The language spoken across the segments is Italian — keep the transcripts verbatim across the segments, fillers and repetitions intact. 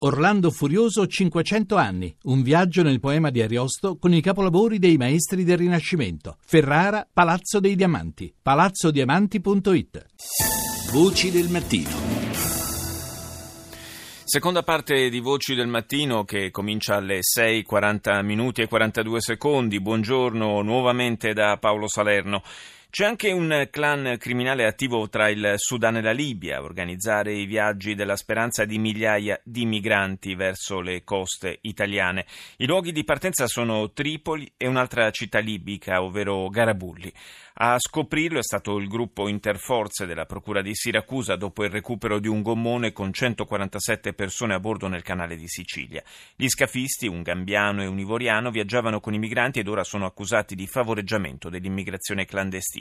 Orlando Furioso cinquecento anni, un viaggio nel poema di Ariosto con i capolavori dei maestri del Rinascimento. Ferrara, Palazzo dei Diamanti, palazzo diamanti punto it. Voci del mattino. Seconda parte di Voci del Mattino che comincia alle sei e quaranta minuti e quarantadue secondi. Buongiorno nuovamente da Paolo Salerno. C'è anche un clan criminale attivo tra il Sudan e la Libia a organizzare i viaggi della speranza di migliaia di migranti verso le coste italiane. I luoghi di partenza sono Tripoli e un'altra città libica, ovvero Garabulli. A scoprirlo è stato il gruppo Interforze della Procura di Siracusa dopo il recupero di un gommone con centoquarantasette persone a bordo nel canale di Sicilia. Gli scafisti, un gambiano e un ivoriano, viaggiavano con i migranti ed ora sono accusati di favoreggiamento dell'immigrazione clandestina.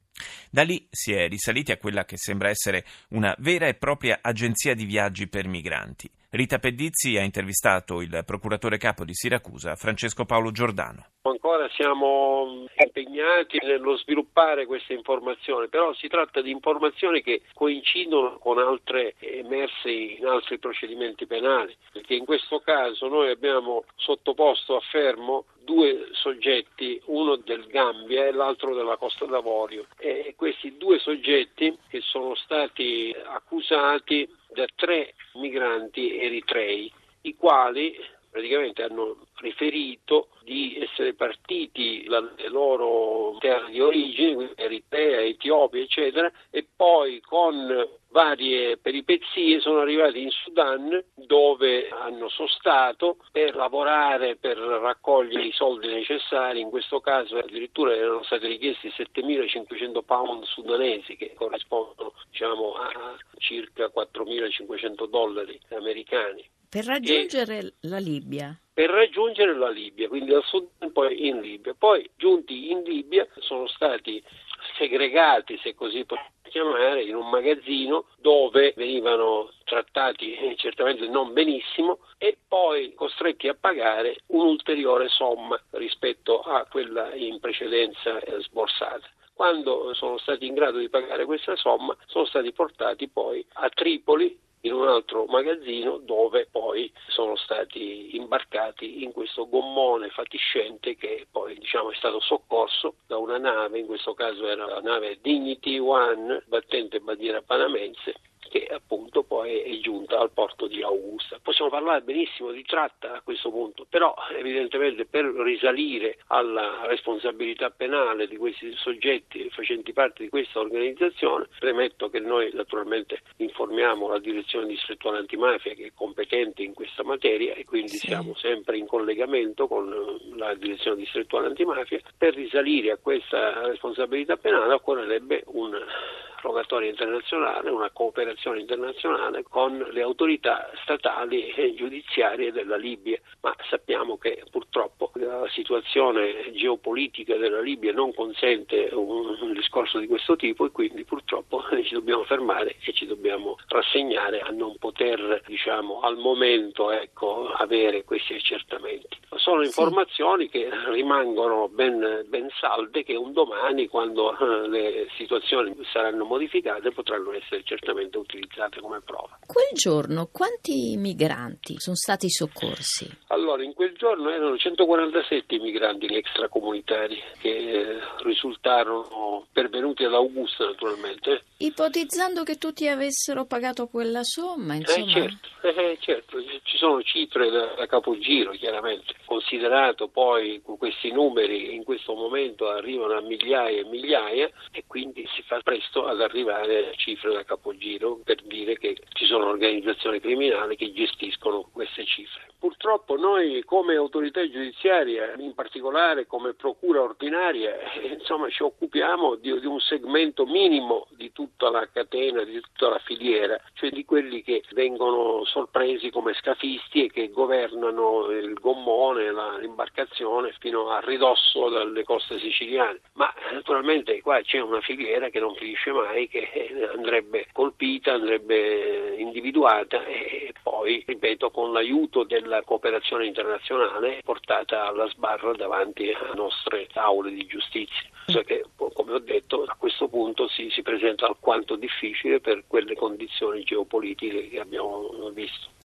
Da lì si è risaliti a quella che sembra essere una vera e propria agenzia di viaggi per migranti. Rita Pedizzi ha intervistato il procuratore capo di Siracusa, Francesco Paolo Giordano. Ancora siamo impegnati nello sviluppare queste informazioni, però si tratta di informazioni che coincidono con altre emerse in altri procedimenti penali, perché in questo caso noi abbiamo sottoposto a fermo due soggetti, uno del Gambia e l'altro della Costa d'Avorio, e questi due soggetti che sono stati accusati da tre migranti eritrei, i quali praticamente hanno riferito di essere partiti dalle loro terre di origine, quindi Eritrea, Etiopia, eccetera, e poi con varie peripezie sono arrivati in Sudan, dove hanno sostato per lavorare, per raccogliere i soldi necessari. In questo caso addirittura erano stati richiesti settemilacinquecento pound sudanesi, che corrispondono diciamo a circa quattromilacinquecento dollari americani. Per raggiungere e la Libia? Per raggiungere la Libia, quindi dal Sudan poi in Libia. Poi giunti in Libia sono stati segregati, se così possiamo chiamare, in un magazzino dove venivano trattati eh, certamente non benissimo e poi costretti a pagare un'ulteriore somma rispetto a quella in precedenza eh, sborsata. Quando sono stati in grado di pagare questa somma, sono stati portati poi a Tripoli, in un altro magazzino, dove poi sono stati imbarcati in questo gommone fatiscente che poi diciamo è stato soccorso da una nave, in questo caso era la nave Dignity One, battente bandiera panamense, che appunto poi è giunta al porto di Augusta. Possiamo parlare benissimo di tratta a questo punto, però evidentemente per risalire alla responsabilità penale di questi soggetti facenti parte di questa organizzazione, premetto che noi naturalmente informiamo la direzione distrettuale antimafia che è competente in questa materia e quindi sì. Siamo sempre in collegamento con la direzione distrettuale antimafia. Per risalire a questa responsabilità penale occorrerebbe un rogatoria internazionale, una cooperazione internazionale con le autorità statali e giudiziarie della Libia, ma sappiamo che purtroppo la situazione geopolitica della Libia non consente un, un discorso di questo tipo e quindi purtroppo ci dobbiamo fermare e ci dobbiamo rassegnare a non poter, diciamo, al momento ecco, avere questi accertamenti. Sono informazioni che rimangono ben, ben salde, che un domani, quando eh, le situazioni saranno modificate, potranno essere certamente utilizzate come prova. Quel giorno quanti migranti sono stati soccorsi? Allora, in quel giorno erano centoquarantasette i migranti extracomunitari che eh, risultarono pervenuti ad Augusta, naturalmente. Ipotizzando che tutti avessero pagato quella somma, insomma. Eh, certo, eh, certo, ci sono cifre da, da capogiro, chiaramente. Considerato poi questi numeri in questo momento arrivano a migliaia e migliaia e quindi si fa presto ad arrivare a cifre da capogiro per dire che ci sono organizzazioni criminali che gestiscono queste cifre. Purtroppo noi come autorità giudiziaria, in particolare come procura ordinaria, insomma ci occupiamo di, di un segmento minimo di tutta la catena, di tutta la filiera, cioè di quelli che vengono sorpresi come scafisti e che governano il gommone, la, l'imbarcazione fino a ridosso dalle coste siciliane. Ma naturalmente qua c'è una filiera che non finisce mai, che andrebbe colpita, andrebbe individuata e poi, ripeto, con l'aiuto della cooperazione internazionale portata alla sbarra davanti a nostre aule di giustizia. Cosa che, come ho detto, a questo punto si, si presenta alquanto difficile per quelle condizioni geopolitiche che abbiamo visto.